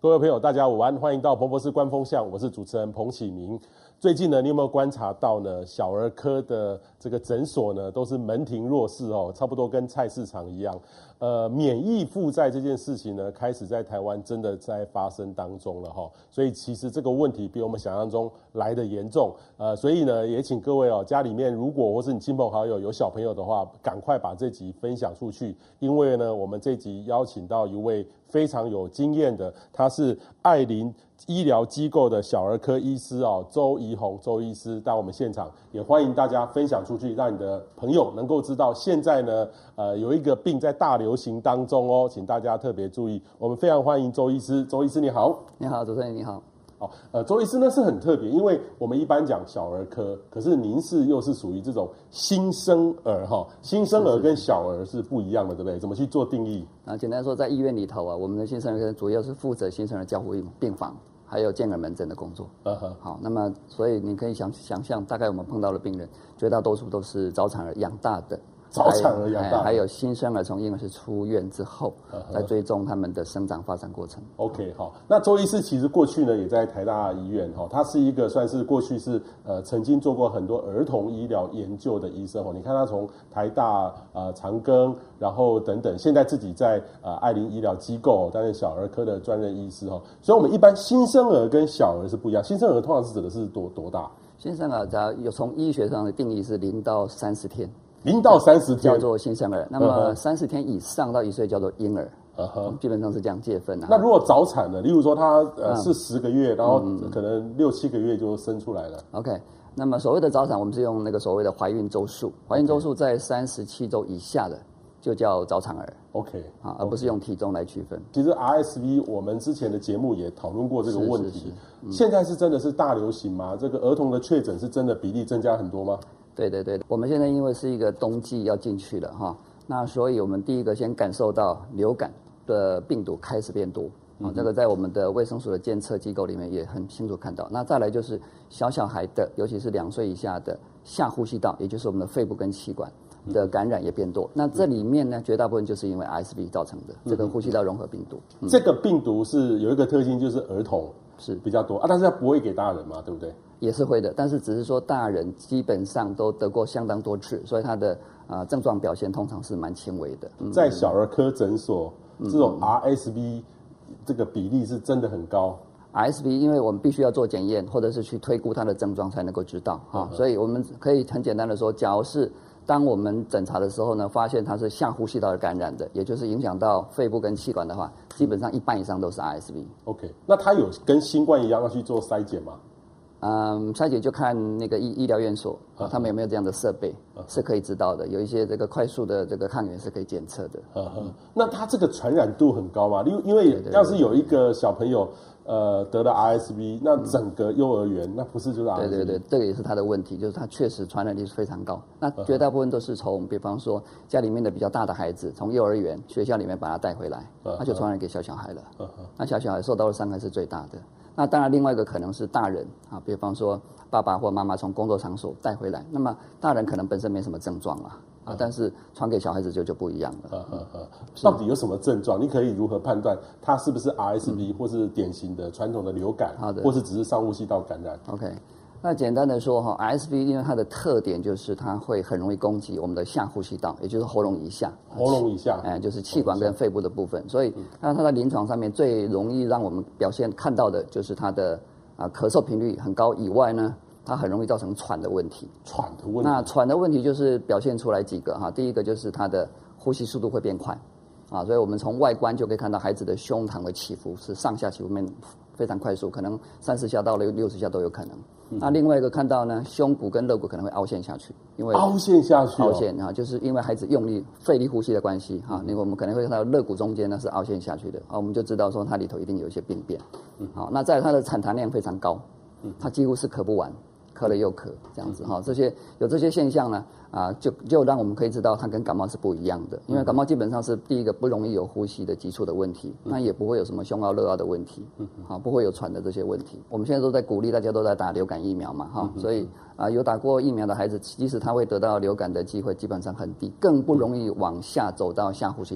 各位朋友，大家午安，欢迎到彭博士观风向，我是主持人彭启明。最近呢，你有没有观察到呢？小儿科的这个诊所呢，都是门庭若市哦，差不多跟菜市场一样。免疫负债这件事情呢，开始在台湾真的在发生当中了哈。所以其实这个问题比我们想象中来得严重。所以呢，也请各位哦，家里面如果或是你亲朋好友有小朋友的话，赶快把这集分享出去，因为呢，我们这集邀请到一位非常有经验的，他是爱林医疗机构的小儿科医师哦，周宜宏周医师到我们现场，也欢迎大家分享出去，让你的朋友能够知道，现在呢，有一个病在大流行当中哦，请大家特别注意。我们非常欢迎周医师，周医师你好。 你好，主持人你好。 周医师呢是很特别，因为我们一般讲小儿科，可是您又是属于这种新生儿哈，新生儿跟小儿是不一样的，对不对？怎么去做定义？ 简单说，在医院里头啊，我们的新生儿科主要是负责新生儿加护病房，还有健儿门诊的工作。好，那么所以你可以想象，大概我们碰到的病人，绝大多数都是早产儿养大的。 早产儿养大， 还有新生儿从婴儿室出院之后，来追踪他们的生长发展过程。 OK， 好，那周医师其实过去呢也在台大医院哈，他是一个算是过去是曾经做过很多儿童医疗研究的医生哦。你看他从台大长庚，然后等等，现在自己在爱林医疗机构担任小儿科的专任医师哈。所以我们一般新生儿跟小儿是不一样，新生儿通常是指的是多大？新生儿有从医学上的定义是0到30天。 0到30天叫做新生儿，那么30天以上到1岁叫做婴儿，基本上是这样界分。 那如果早产的，例如说他是10个月，然后可能6、7个月就生出来了。 OK， 那么所谓的早产，我们是用那个所谓的怀孕周数，怀孕周数在37周以下的就叫早产儿。 OK， 而不是用体重来区分。 其实 RSV 我们之前的节目也讨论过这个问题，现在是真的是大流行吗？这个儿童的确诊是真的比例增加很多吗？ 对，我们现在因为是一个冬季要进去了哈，那所以我们第一个先感受到流感的病毒开始变多，这个在我们的卫生署的监测机构里面也很清楚看到。那再来就是小孩的，尤其是2岁以下的下呼吸道，也就是我们的肺部跟气管的感染也变多。那这里面呢，绝大部分就是因为 RSV 造成的这个呼吸道融合病毒。 这个病毒是有一个特性，就是儿童是比较多但是它不会给大人嘛，对不对？ 也是会的，但是只是说大人基本上都得过相当多次，所以他的症状表现通常是蛮轻微的。 在小儿科诊所，这种 RSV 这个比例是真的很高。 RSV 因为我们必须要做检验，或者是去推估它的症状才能够知道所以我们可以很简单的说，假如是当我们诊查的时候呢，发现它是下呼吸道的感染的，也就是影响到肺部跟气管的话，基本上1半以上都是 RSV。 OK， 那它有跟新冠一样要去做筛检吗？ 筛检就看那个医疗院所他们有没有这样的设备是可以知道的，有一些这个快速的这个抗原是可以检测的。 那它这个传染度很高吗？因为要是有一个小朋友得了 RSV， 那整个幼儿园那不是就是 RSV？ 对，这个也是他的问题，就是他确实传染力是非常高。那绝大部分都是从比方说家里面的比较大的孩子，从幼儿园学校里面把他带回来，他就传染给小孩了。那小孩受到的伤害是最大的。那当然，另外一个可能是大人比方说爸爸或妈妈从工作场所带回来，那么大人可能本身没什么症状但是传给小孩子就不一样了。 到底有什么症状？你可以如何判断它是不是 RSV 或是典型的传统的流感，或是只是上呼吸道感染 ？OK。那简单的说RSV 因为它的特点就是它会很容易攻击我们的下呼吸道，也就是喉咙以下。 喉咙以下， 就是气管跟肺部的部分。所以它在临床上面最容易让我们看到的就是它的咳嗽频率很高以外呢，它很容易造成喘的问题。那喘的问题就是表现出来几个第一个就是它的呼吸速度会变快所以我们从外观就可以看到孩子的胸膛的起伏是上下起伏面非常快速，可能30下到60下都有可能。那另外一个看到呢，胸骨跟肋骨可能会凹陷下去，因为凹陷下去， 就是因为孩子用力费力呼吸的关系那个我们可能会看到肋骨中间呢是凹陷下去的我们就知道说它里头一定有一些病变。那在它的产痰量非常高，它几乎是咳不完，咳了又咳这样子这些现象呢就让我们可以知道它跟感冒是不一样的，因为感冒基本上是第一个不容易有呼吸的急促的问题，那也不会有什么胸凹热凹的问题不会有喘的这些问题。我们现在都在鼓励大家都在打流感疫苗嘛所以有打过疫苗的孩子，即使他会得到流感的机会基本上很低，更不容易往下走到下呼吸道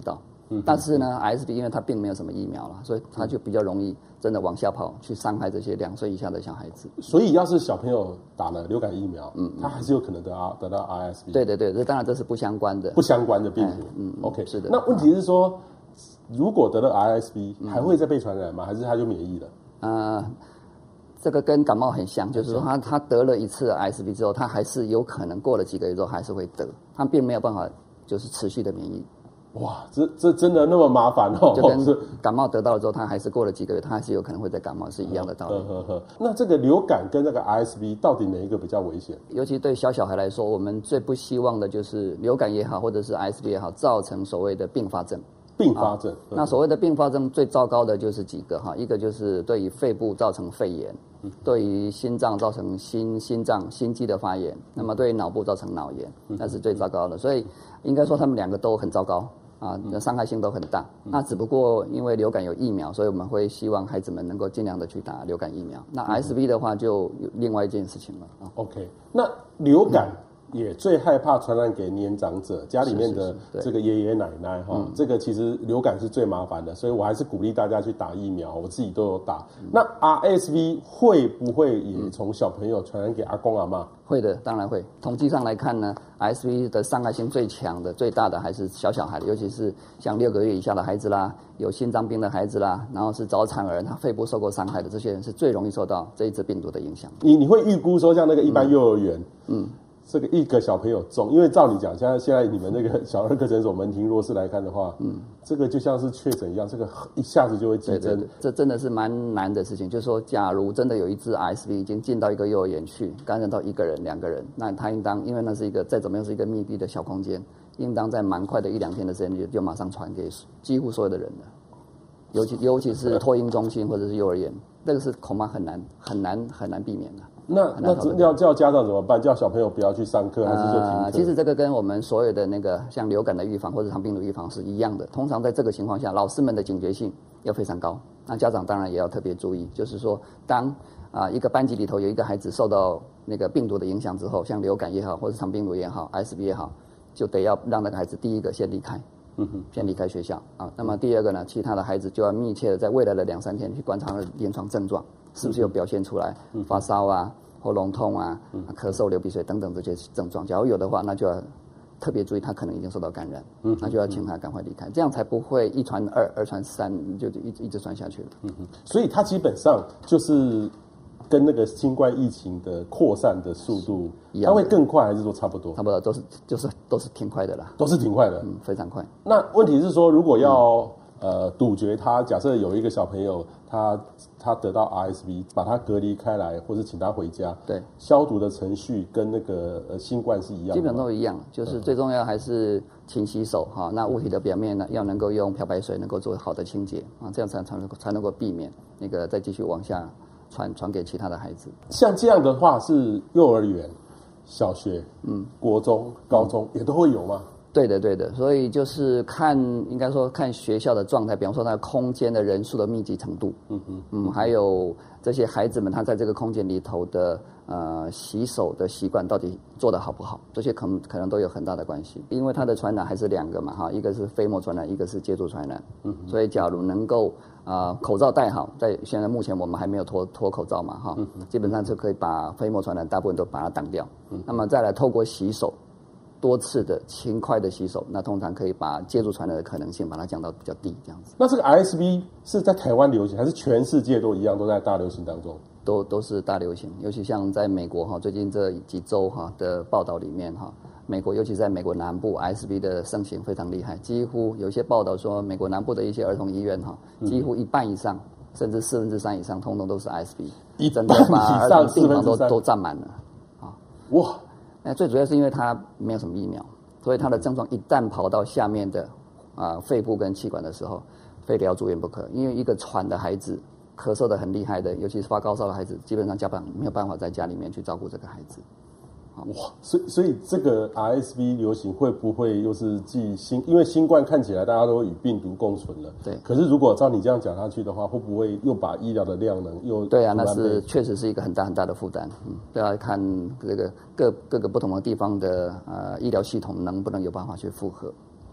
但是呢 ，RSV 因为它并没有什么疫苗了，所以它就比较容易真的往下跑，去伤害这些2岁以下的小孩子。 所以要是小朋友打了流感疫苗，他还是有可能得到 RSV。 对对对，这当然这是不相关的病毒。OK， 是的。 那问题是说，如果得了 RSV，还会再被传染吗？还是他就免疫了？ 这个跟感冒很像，就是说他得了一次 RSV 之后，他还是有可能过了几个月之后还是会得，他并没有办法就是持续的免疫。 哇，这真的那么麻烦哦？ 就跟感冒得到了之后，他还是过了几个月，他还是有可能会再感冒，是一样的道理。 那这个流感跟那个 RSV 到底哪一个比较危险？ 尤其对小孩来说，我们最不希望的就是流感也好，或者是 RSV 也好，造成所谓的并发症。那所谓的并发症最糟糕的就是几个哈，一个就是对于肺部造成肺炎，对于心脏造成心肌的发炎，那么对于脑部造成脑炎，那是最糟糕的。所以应该说他们2个都很糟糕啊，伤害性都很大。那只不过因为流感有疫苗，所以我们会希望孩子们能够尽量的去打流感疫苗。那 RSV 的话就有另外一件事情了啊。 OK， 那流感也最害怕传染给年长者，家里面的这个爷爷奶奶哈，这个其实流感是最麻烦的，所以我还是鼓励大家去打疫苗，我自己都有打。那 RSV 会不会也从小朋友传染给阿公阿嬷？ 会的，当然会。统计上来看呢 ，RSV 的伤害性最强的、最大的还是小孩的，尤其是像6个月以下的孩子啦，有心脏病的孩子啦，然后是早产儿，他肺部受过伤害的这些人是最容易受到这一支病毒的影响。 你会预估说，像那个一般幼儿园，这个一个小朋友中，因为照你讲，现在你们那个小儿科诊所门庭若市来看的话，这个就像是确诊一样，这个一下子就会激增。 这真的是蛮难的事情。就是说，假如真的有一只 RSV 已经进到一个幼儿园去，感染到1个人、2个人，那他应当，因为那是一个再怎么样是一个密闭的小空间，应当在蛮快的1-2天的时间就马上传给几乎所有的人了。尤其是托婴中心或者是幼儿园，这个是恐怕很难避免的。 那要叫家长怎么办？叫小朋友不要去上课，还是就停课？ 其实这个跟我们所有的那个像流感的预防或者肠病毒预防是一样的。通常在这个情况下，老师们的警觉性要非常高，那家长当然也要特别注意。就是说，当一个班级里头有一个孩子受到那个病毒的影响之后，像流感也好，或者肠病毒也好 ，RSV 也好，就得要让那个孩子第一个先离开。先离开学校啊。那么第二个呢，其他的孩子就要密切的在未来的2-3天去观察他的临床症状，是不是有表现出来，发烧啊、喉咙痛啊、咳嗽、流鼻水等等这些症状。假如有的话，那就要特别注意，他可能已经受到感染，那就要请他赶快离开，这样才不会1传2、2传3，就一直传下去了。 所以它基本上就是跟那个新冠疫情的扩散的速度，它会更快还是说差不多？ 差不多都是挺快的啦， 都是挺快的， 非常快。 那问题是说，如果要杜绝它，假设有一个小朋友他得到 RSV， 把他隔离开来，或是请他回家， 对，消毒的程序跟那个新冠是一样的， 基本都一样，就是最重要还是勤洗手哈。那物体的表面呢，要能够用漂白水能够做好的清洁啊，这样才能够避免那个再继续往下传给其他的孩子。 像这样的话，是幼儿园、小学、国中、高中也都会有吗？ 对的，所以就是应该说看学校的状态，比方说它的空间的人数的密集程度，还有这些孩子们他在这个空间里头的洗手的习惯到底做得好不好，这些可能都有很大的关系。因为它的传染还是2个嘛哈，一个是飞沫传染，一个是接触传染。所以假如能够口罩戴好，现在目前我们还没有脱口罩嘛哈，基本上就可以把飞沫传染大部分都把它挡掉。那么再来透过洗手。多次的勤快的洗手，那通常可以把接触传染的可能性把它降到比较低，这样子。 那这个 RSV 是在台湾流行，还是全世界都一样，都在大流行当中？ 都是大流行，尤其像在美国哈，最近这几周哈的报道里面哈，美国尤其在美国南部 RSV 的盛行非常厉害，几乎有些报道说美国南部的一些儿童医院哈，几乎1半以上，甚至3/4以上，通通都是 RSV， 一整个把儿童病房都占满了啊！哇！最主要是因为它没有什么疫苗，所以它的症状一旦跑到下面的肺部跟气管的时候，非得要住院不可。因为一个喘的孩子、咳嗽的很厉害的，尤其是发高烧的孩子，基本上家长没有办法在家里面去照顾这个孩子。 哇，所以这个 RSV 流行会不会又是因为新冠看起来大家都与病毒共存了，对。可是如果照你这样讲下去的话，会不会又把医疗的量能又对啊？那是确实是一个很大的负担。都要看这个各个不同的地方的医疗系统能不能有办法去负荷。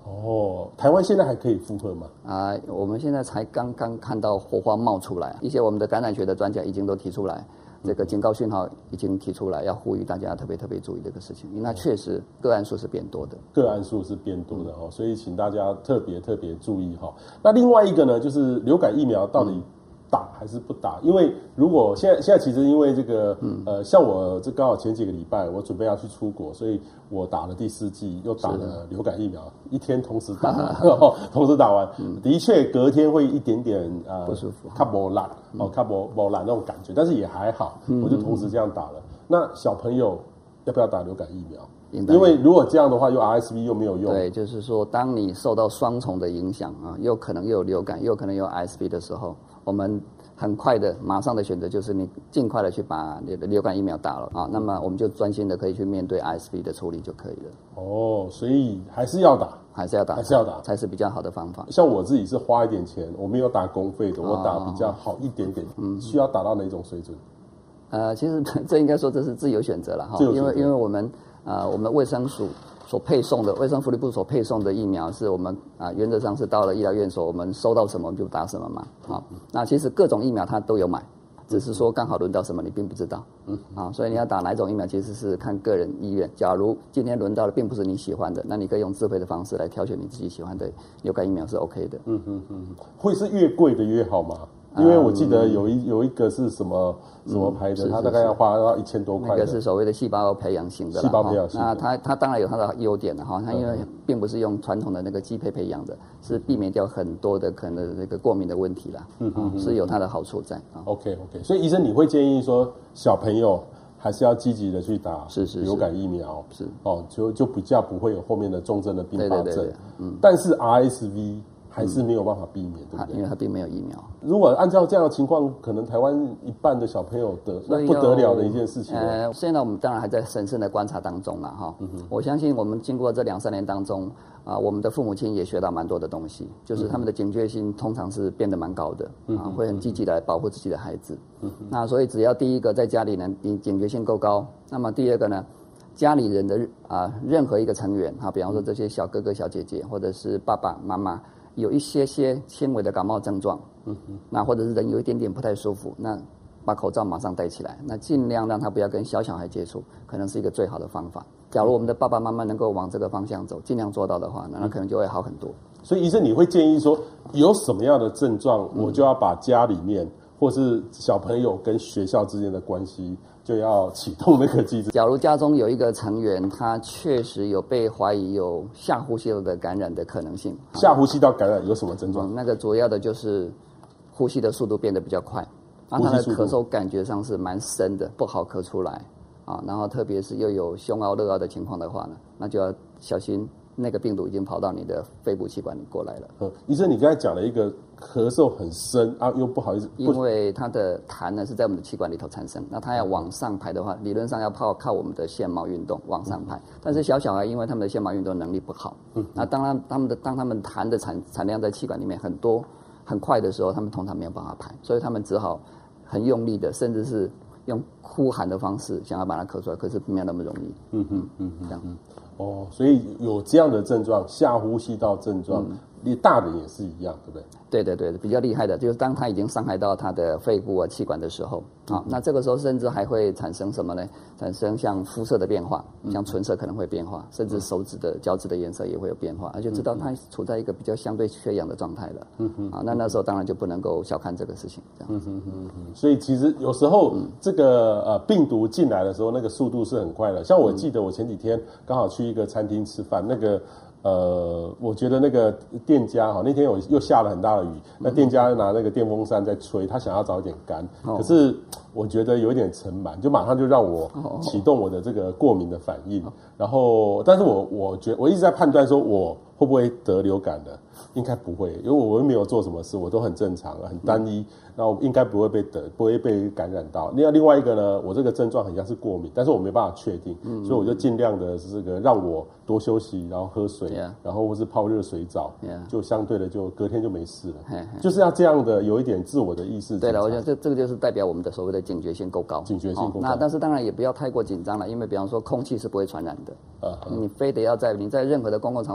哦，台湾现在还可以负荷吗？ 我们现在才刚刚看到火花冒出来，一些我们的感染学的专家已经都提出来，这个警告讯号已经提出来，要呼吁大家特别注意这个事情，因为它确实个案数是变多的， 所以请大家特别注意哈。那另外一个呢，就是流感疫苗到底打还是不打？因为如果现在其实因为这个像我这刚好前几个礼拜我准备要去出国，所以我打了第4剂，又打了流感疫苗，一天同时打完，的确隔天会一点点不舒服， 较没懒那种感觉，但是也还好，我就同时这样打了。那小朋友要不要打流感疫苗？因为如果这样的话，又 RSV 又没有用。 对，就是说，当你受到双重的影响又可能又有流感，又可能有 RSV 的时候，我们很快的马上的选择就是你尽快的去把你的流感疫苗打了那么我们就专心的可以去面对 RSV 的处理就可以了。 哦，所以还是要打才是比较好的方法。 像我自己是花一点钱，我没有打公费的，我打比较好一点点。需要打到哪种水准？ 其实这应该说这是自由选择了因为我们卫生署所配送的卫生福利部所配送的疫苗是我们原则上是到了医疗院所，我们收到什么我们就打什么嘛。那其实各种疫苗它都有买，只是说刚好轮到什么你并不知道。所以你要打哪一种疫苗其实是看个人意愿。假如今天轮到的并不是你喜欢的，那你可以用智慧的方式来挑选你自己喜欢的流感疫苗是 OK 的。 会是越贵的越好吗？因为我记得有一个是什么牌的，它大概要花到1000多块。 那个是所谓的细胞培养型的啦。那它当然有它的优点了它因为并不是用传统的那个鸡胚培养的，是避免掉很多的可能这个过敏的问题啦。是有它的好处在。 OK， 所以医生你会建议说小朋友还是要积极的去打流感疫苗，就比较不会有后面的重症的并发症。但是 RSV还是没有办法避免，对不对？ 因为它并没有疫苗。 如果按照这样的情况，可能台湾一半的小朋友那不得了的一件事情。 现在我们当然还在审慎的观察当中啦我相信我们经过这2-3年当中我们的父母亲也学到蛮多的东西，就是他们的警觉性通常是变得蛮高的会很积极来保护自己的孩子。那所以只要第一个在家里呢，你警觉性够高，那么第二个呢，家里人的任何一个成员比方说这些小哥哥小姐姐或者是爸爸妈妈有一些轻微的感冒症状，那或者是人有一点点不太舒服，那把口罩马上戴起来，那尽量让他不要跟小孩接触，可能是一个最好的方法。假如我们的爸爸妈妈能够往这个方向走，尽量做到的话，那可能就会好很多。 所以医生，你会建议说，有什么样的症状，我就要把家里面或是小朋友跟学校之间的关系就要启动那个机制。 假如家中有一个成员，他确实有被怀疑有下呼吸道的感染的可能性。 下呼吸道感染有什么症状？ 那个主要的就是呼吸的速度变得比较快，他的咳嗽感觉上是蛮深的，不好咳出来然后特别是又有胸凹、热凹的情况的话呢，那就要小心。那个病毒已经跑到你的肺部气管里过来了。 医生，你刚才讲了一个咳嗽很深又不好意思， 因为它的痰呢是在我们的气管里头产生，那它要往上排的话，理论上要靠我们的腺毛运动往上排。但是小孩因为他们的腺毛运动能力不好，那当他们痰的产量在气管里面很多很快的时候，他们通常没有办法排，所以他们只好很用力的，甚至是用呼喊的方式想要把它咳出来，可是没有那么容易。这样。 所以有这样的症状，下呼吸道症状，大人也是一样，对不对？ 对，比较厉害的就是当他已经伤害到他的肺部气管的时候那这个时候甚至还会产生什么呢？产生像肤色的变化，像唇色可能会变化，甚至手指的脚趾的颜色也会有变化，就知道他处在一个比较相对缺氧的状态了。那时候当然就不能够小看这个事情。这样。 所以其实有时候这个病毒进来的时候，那个速度是很快的。像我记得我前几天刚好去一个餐厅吃饭，那个我觉得那个店家那天又下了很大的雨，那店家拿那个电风扇在吹，他想要找一点干，可是我觉得有一点尘螨，就马上就让我启动我的这个过敏的反应。然后，但是我一直在判断说我会不会得流感的，应该不会，因为我又没有做什么事，我都很正常，很单一，然后应该不会被感染到。另外一个呢，我这个症状很像是过敏，但是我没办法确定，所以我就尽量的这个让我多休息，然后喝水，然后或是泡热水澡，就相对的就隔天就没事了。就是要这样的有一点自我的意识。 对了，我觉得这个就是代表我们的所谓的警觉性够高。 警觉性够高。 那但是当然也不要太过紧张了，因为比方说空气是不会传染的。你非得要你在任何的公共场所再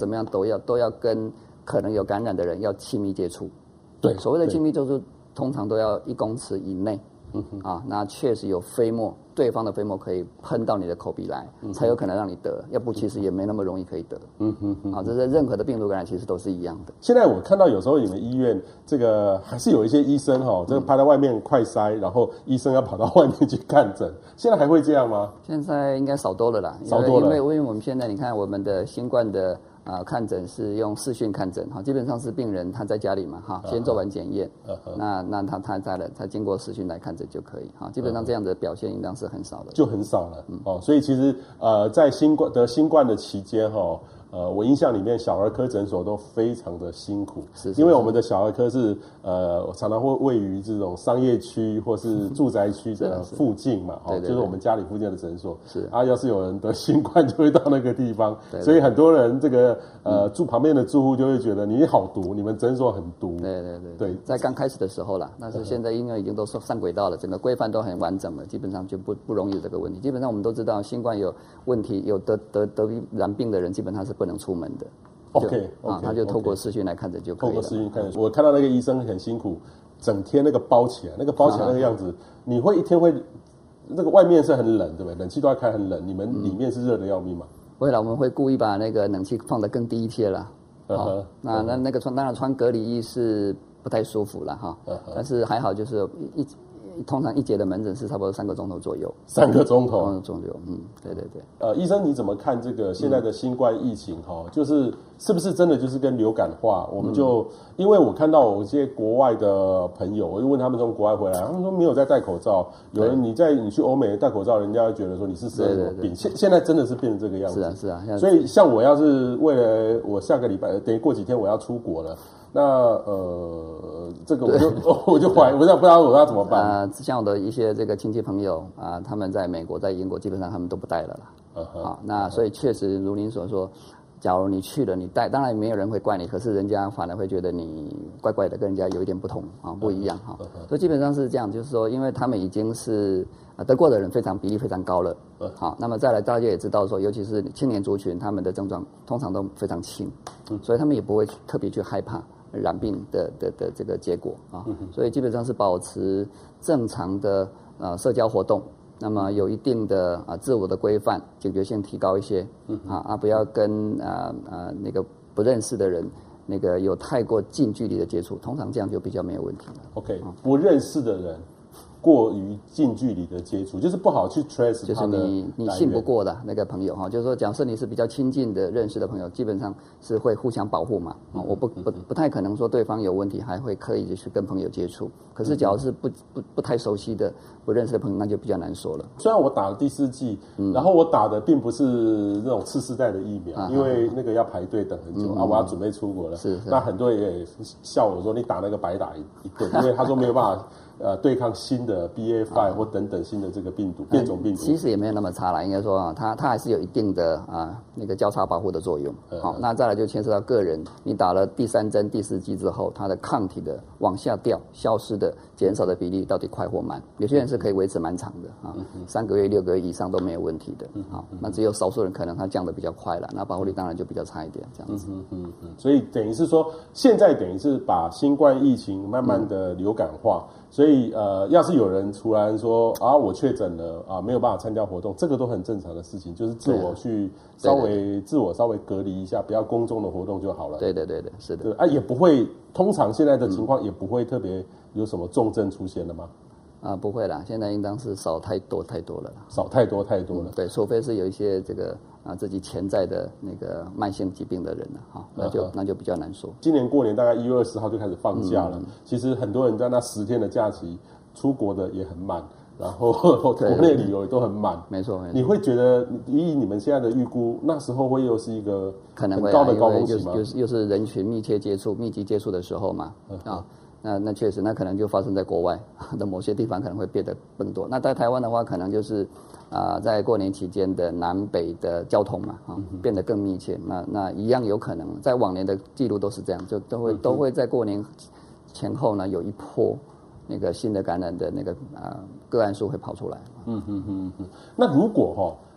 怎么样都要跟可能有感染的人要亲密接触。 对， 所谓的亲密接触，通常都要1公尺以内。那确实有飞沫，对方的飞沫可以喷到你的口鼻来，才有可能让你得，要不其实也没那么容易可以得。这是任何的病毒感染其实都是一样的。 现在我看到有时候你们医院这个还是有一些医生这个趴在外面快筛，然后医生要跑到外面去看诊，现在还会这样吗？ 现在应该少多了啦， 少多了， 因为我们现在你看我们的新冠的看诊是用视讯看诊，基本上是病人他在家里嘛，先做完检验，那他经过视讯来看诊就可以，基本上这样的表现应当是很少的， 就很少了，所以其实在新冠的期间我印象里面小儿科诊所都非常的辛苦，因为我们的小儿科是常常会位于这种商业区或是住宅区的附近嘛，就是我们家里附近的诊所，要是有人得新冠就会到那个地方，所以很多人这个住旁边的住户就会觉得你好毒，你们诊所很毒。对， 在刚开始的时候啦，但是现在因为已经都上轨道了，整个规范都很完整了，基本上就不容易有这个问题。基本上我们都知道新冠有问题，有得染病的人基本上是不能出门的。 OK， 他就透过视讯来看诊就可以了。 透过视讯看诊，我看到那个医生很辛苦，整天那个包起来，那个样子，你会一天会那个外面是很冷，对不对？冷气都要开很冷，你们里面是热的要命吗？ 不会啦，我们会故意把那个冷气放得更低一些啦。那个当然穿隔离衣是不太舒服了但是还好，就是通常一节的门诊是差不多3个钟头左右 ，3个钟头左右，对。 医生你怎么看这个现在的新冠疫情就是是不是真的就是跟流感化？我们就因为我看到有些国外的朋友，我就问他们从国外回来，他们说没有在戴口罩，有人你去欧美戴口罩，人家会觉得说你是生什么病？现在真的是变成这个样子， 是啊。 所以像我要是为了我下个礼拜等于过几天我要出国了。那这个我就怀疑，不知道我要怎么办像我的一些这个亲戚朋友他们在美国、在英国，基本上他们都不戴了啦。那所以确实如您所说，假如你去了，你戴，当然没有人会怪你，可是人家反而会觉得你怪怪的，跟人家有一点不同不一样所以基本上是这样，就是说，因为他们已经是得过的人比例非常高了。那么再来，大家也知道说，尤其是青年族群，他们的症状通常都非常轻，所以他们也不会特别去害怕染病的这个结果所以基本上是保持正常的社交活动，那么有一定的自我的规范，警觉性提高一些不要跟那个不认识的人那个有太过近距离的接触，通常这样就比较没有问题了。 OK， 不认识的人过于近距离的接触，就是不好去 trace 就是你信不过的那个朋友就是说，假设你是比较亲近的认识的朋友，基本上是会互相保护嘛我不太可能说对方有问题还会刻意的去跟朋友接触。可是假如是不太熟悉的不认识的朋友，那就比较难说了。 虽然我打了第4剂，然后我打的并不是那种次世代的疫苗，因为那个要排队等很久我要准备出国了。那很多人也笑我说你打那个白打一顿，因为他说没有办法对抗新的 BA.5 或等等新的这个病毒变种病毒。 其实也没有那么差啦，应该说它还是有一定的那个交叉保护的作用。好，那再来就牵涉到个人，你打了第3针、第4剂之后，它的抗体的往下掉、消失的、减少的比例到底快或慢？有些人是可以维持蛮长的3个月、6个月以上都没有问题的。好，那只有少数人可能它降得比较快了，那保护力当然就比较差一点，这样子。 所以等于是说，现在等于是把新冠疫情慢慢的流感化。所以要是有人突然说我确诊了没有办法参加活动，这个都很正常的事情，就是自我稍微隔离一下，不要公众的活动就好了。 对，是的。 也不会，通常现在的情况也不会特别有什么重症出现了吗？ 不会啦，现在应当是少太多了啦。 少太多了。 对，除非是有一些这个自己潜在的那个慢性疾病的人那就比较难说。 今年过年大概1月20号就开始放假了，其实很多人在那10天的假期出国的也很慢，然后国内旅游也都很慢。 没错。 你会觉得以你们现在的预估，那时候会又是一个很可能会高的高峰期吗？ 又是人群密集接触的时候嘛那确实，那可能就发生在国外的某些地方，可能会变得更多。那在台湾的话，可能就是在过年期间的南北的交通嘛变得更密切。那一样有可能，在往年的记录都是这样，就都会在过年前后呢有一波那个新的感染的那个个案数会跑出来。 那如果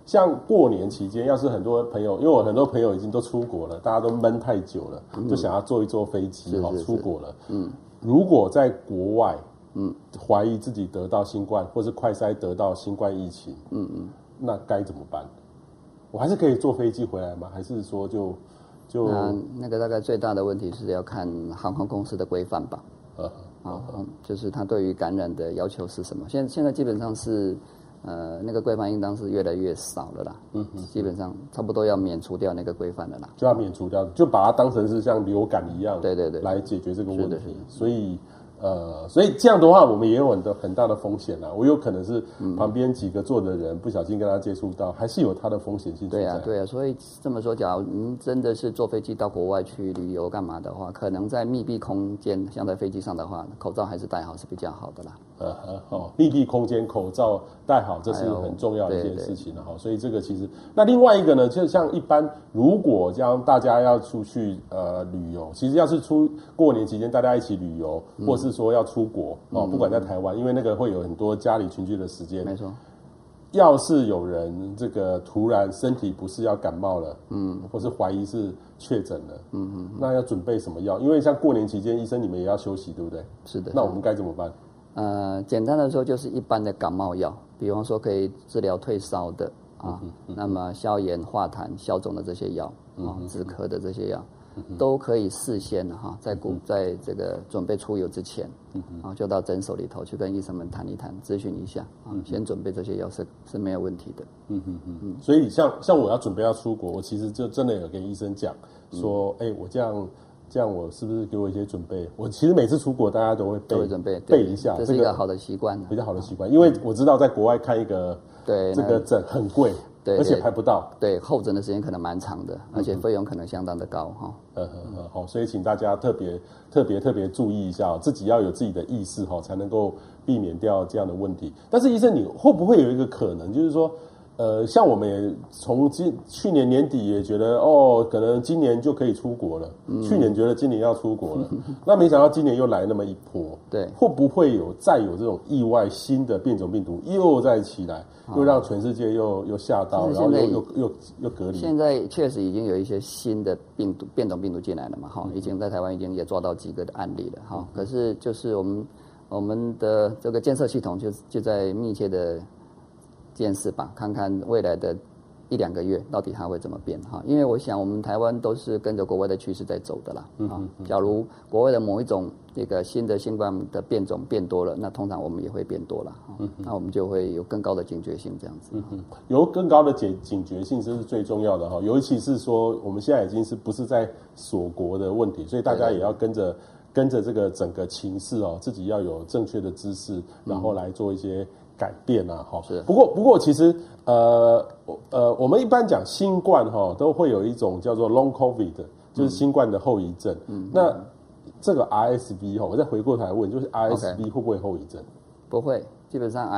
像过年期间，要是很多朋友，因为我很多朋友已经都出国了，大家都闷太久了，就想要坐一坐飞机出国了。如果在国外，怀疑自己得到新冠，或是快筛得到新冠疫情，那该怎么办？我还是可以坐飞机回来吗？还是说就那个大概最大的问题是要看航空公司的规范吧。就是他对于感染的要求是什么？现在基本上是。那个规范应当是越来越少了啦，基本上差不多要免除掉那个规范了啦， 就要免除掉，就把它当成是像流感一样， 对， 来解决这个问题。所以这样的话，我们也有很大的风险啦。我有可能是旁边几个坐的人不小心跟他接触到，还是有它的风险性存在。 对啊，所以这么说，假如您真的是坐飞机到国外去旅游干嘛的话，可能在密闭空间，像在飞机上的话，口罩还是戴好是比较好的啦。 密闭空间口罩戴好，这是很重要的一件事情了哈。所以这个其实，那另外一个呢，就像一般如果将大家要出去旅游，其实要是过年期间大家一起旅游，或是说要出国不管在台湾，因为那个会有很多家里群聚的时间， 没错。 要是有人这个突然身体不适要感冒了，或是怀疑是确诊了，那要准备什么药？因为像过年期间，医生你们也要休息，对不对？ 是的。 那我们该怎么办？ 简单的说就是一般的感冒药，比方说可以治疗退烧的那么消炎化痰消肿的这些药止咳的这些药，都可以事先在这个准备出游之前就到诊所里头去跟医生们谈一谈，咨询一下先准备这些药是没有问题的。 所以像我要准备要出国，我其实就真的有跟医生讲说，我这样我是不是给我一些准备？我其实每次出国，大家都会准备一下， 这是一个好的习惯， 比较好的习惯。因为我知道在国外看一个这个诊很贵，而且排不到， 候诊的时间可能蛮长的，而且费用可能相当的高好，所以请大家特别注意一下，自己要有自己的意识才能够避免掉这样的问题。但是医生，你会不会有一个可能，就是说？像我们也从去年年底也觉得可能今年就可以出国了。去年觉得今年要出国了，那没想到今年又来那么一波。 对， 会不会再有这种意外新的变种病毒又再起来，又让全世界又吓到，然后又隔离？ 现在确实已经有一些新的变种病毒进来了嘛，已经在台湾已经也抓到几个的案例了可是就是我们的这个监测系统就在密切的见识吧，看看未来的1-2个月到底它会怎么变因为我想我们台湾都是跟着国外的趋势在走的啦假如国外的某一种这个新的新冠的变种变多了，那通常我们也会变多了那我们就会有更高的警觉性这样子有更高的警觉性，这是最重要的尤其是说我们现在已经是不是在锁国的问题，所以大家也要跟着这个整个情势自己要有正确的知识，然后来做一些改变是。不过其实我们一般讲新冠都会有一种叫做 Long COVID， 就是新冠的后遗症。那这个 RSV 我再回过头来问，就是 RSV 会不会后遗症？ 不会，基本上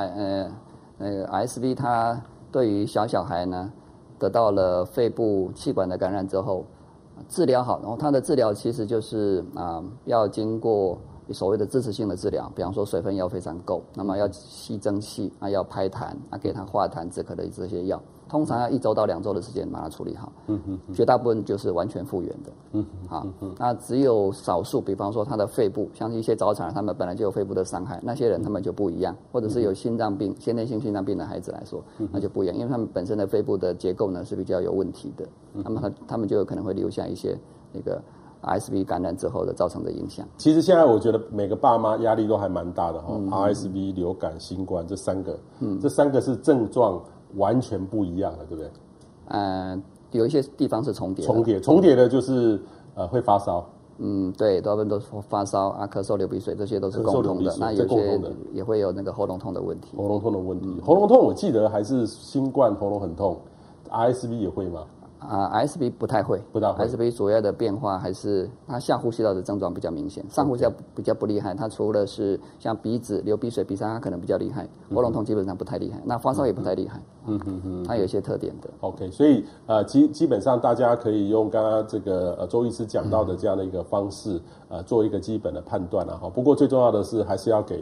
RSV 它对于小孩呢得到了肺部气管的感染之后，治疗好，然后它的治疗其实就是要经过所谓的支持性的治疗，比方说水分要非常够，那么要吸蒸汽要拍痰给它化痰止咳的这些药，通常要1周到2周的时间把它处理好。绝大部分就是完全复原的。那只有少数，比方说他的肺部，像一些早产儿，他们本来就有肺部的伤害，那些人他们就不一样，或者是有心脏病、先天性心脏病的孩子来说，那就不一样，因为他们本身的肺部的结构呢是比较有问题的，那么他们就有可能会留下一些那个RSV 感染之后的造成的影响。 其实现在我觉得每个爸妈压力都还蛮大的RSV、流感、新冠这3个，这3个是症状完全不一样的，对不对？ 有一些地方是重叠的，就是会发烧。 对，大部分都是发烧咳嗽、流鼻水，这些都是共同的。那有些也会有那个喉咙痛的问题。 喉咙痛，我记得还是新冠喉咙很痛，RSV 也会吗 ？RSV 不太会，RSV 主要的变化还是它下呼吸道的症状比较明显，上呼吸道比较不厉害。它除了是像鼻子流鼻水、鼻塞，它可能比较厉害，喉咙痛基本上不太厉害，那发烧也不太厉害。它有一些特点的。 OK， 所以基本上大家可以用刚刚这个周医师讲到的这样的一个方式做一个基本的判断不过最重要的是还是要给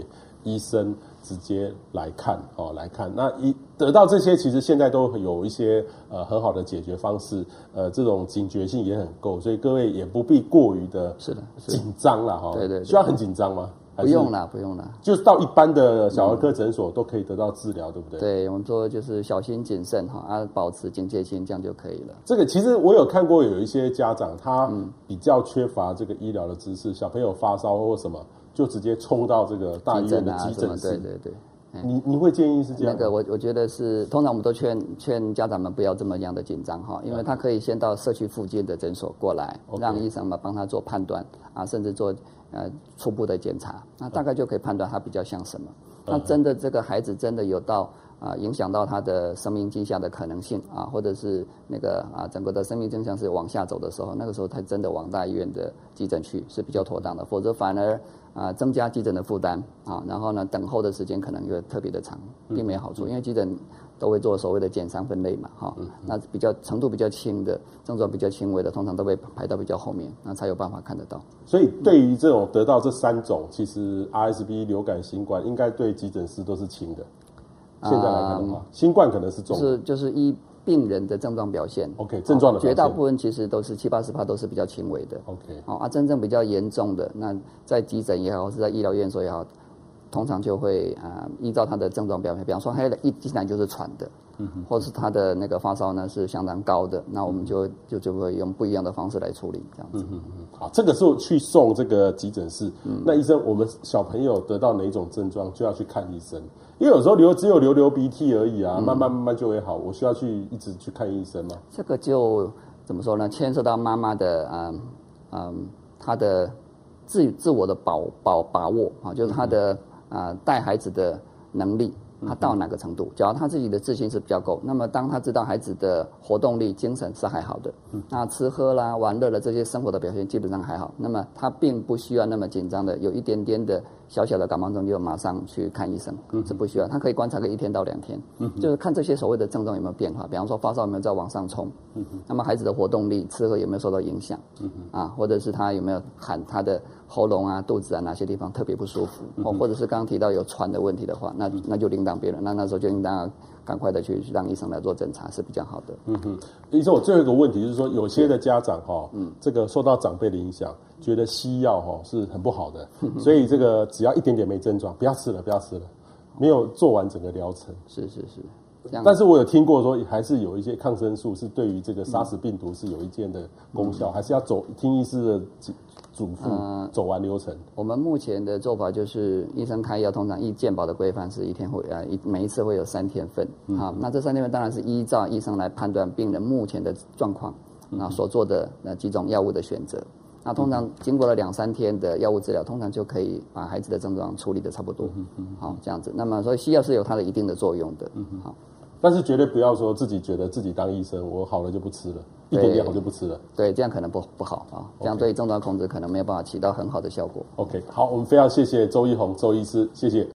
医生直接来看来看。那得到这些，其实现在都有一些很好的解决方式，这种警觉性也很够，所以各位也不必过于的紧张啦哈。 对， 需要很紧张吗？ 不用啦， 就是到一般的小儿科诊所都可以得到治疗，对不对？ 对，我们说就是小心谨慎保持警戒心，这样就可以了。 这个其实我有看过，有一些家长他比较缺乏这个医疗的知识，小朋友发烧或什么，就直接冲到这个大医院的急诊室。 对。 你会建议是这样？ 那个我觉得是，通常我们都劝家长们不要这么样的紧张因为他可以先到社区附近的诊所过来，让医生们帮他做判断甚至做初步的检查，那大概就可以判断他比较像什么。那真的这个孩子真的有到影响到他的生命迹象的可能性或者是那个整个的生命迹象是往下走的时候，那个时候他真的往大医院的急诊去是比较妥当的，否则反而增加急诊的负担然后呢等候的时间可能就特别的长，并没有好处，因为急诊都会做所谓的减伤分类嘛那程度比较轻的症状比较轻微的，通常都被排到比较后面，那才有办法看得到。 所以对于这种得到这3种，其实 RSV 流感新冠应该对急诊室都是轻的。现在来看的话，新冠可能是重的， 就是依病人的症状表现 ，OK， 症状的表现， 绝大部分其实都是70-80%都是比较轻微的 ，OK， 真正比较严重的，那在急诊也好，是在医疗院所也好，通常就会依照他的症状表现，比方说他一进来就是喘的，或是他的那个发烧呢是相当高的，那我们就会用不一样的方式来处理，这样子。 好，这个时候去送这个急诊室，那医生，我们小朋友得到哪种症状就要去看医生，因为有时候只有流鼻涕而已慢慢就会好，我需要一直去看医生吗？ 这个就怎么说呢？牵涉到妈妈的她的自我的把握就是她的带孩子的能力。他到哪个程度？假如他自己的自信是比较够，那么当他知道孩子的活动力、精神是还好的，那吃喝啦、玩乐的这些生活的表现基本上还好，那么他并不需要那么紧张的，有一点点的小小的感冒症就马上去看医生，是不需要。他可以观察个1天到2天，就是看这些所谓的症状有没有变化，比方说发烧有没有在往上冲，那么孩子的活动力、吃喝有没有受到影响，或者是他有没有喊他的喉咙肚子哪些地方特别不舒服，或者是刚刚提到有喘的问题的话，那就另当别论，那时候就应当赶快的去让医生来做诊查是比较好的。 医生，我最后一个问题就是说，有些的家长这个受到长辈的影响，觉得西药是很不好的，所以这个只要一点点没症状，不要吃了，没有做完整个疗程。 是。 但是我有听过说，还是有一些抗生素是对于这个沙士病毒是有一定的功效，还是要听医师的嘱咐走完流程。 我们目前的做法就是医生开药，通常健保的规范是1天会每一次会有3天份。那这3天份当然是依照医生来判断病人目前的状况，所做的几种药物的选择。那通常经过了2-3天的药物治疗，通常就可以把孩子的症状处理的差不多。好，这样子。那么所以西药是有它的一定的作用的。好。 但是绝对不要说自己觉得自己当医生，我好了就不吃了，一点点好就不吃了。 对，这样可能不好这样对症状控制可能没有办法起到很好的效果。 OK， 好，我们非常谢谢周一宏周医师，谢谢。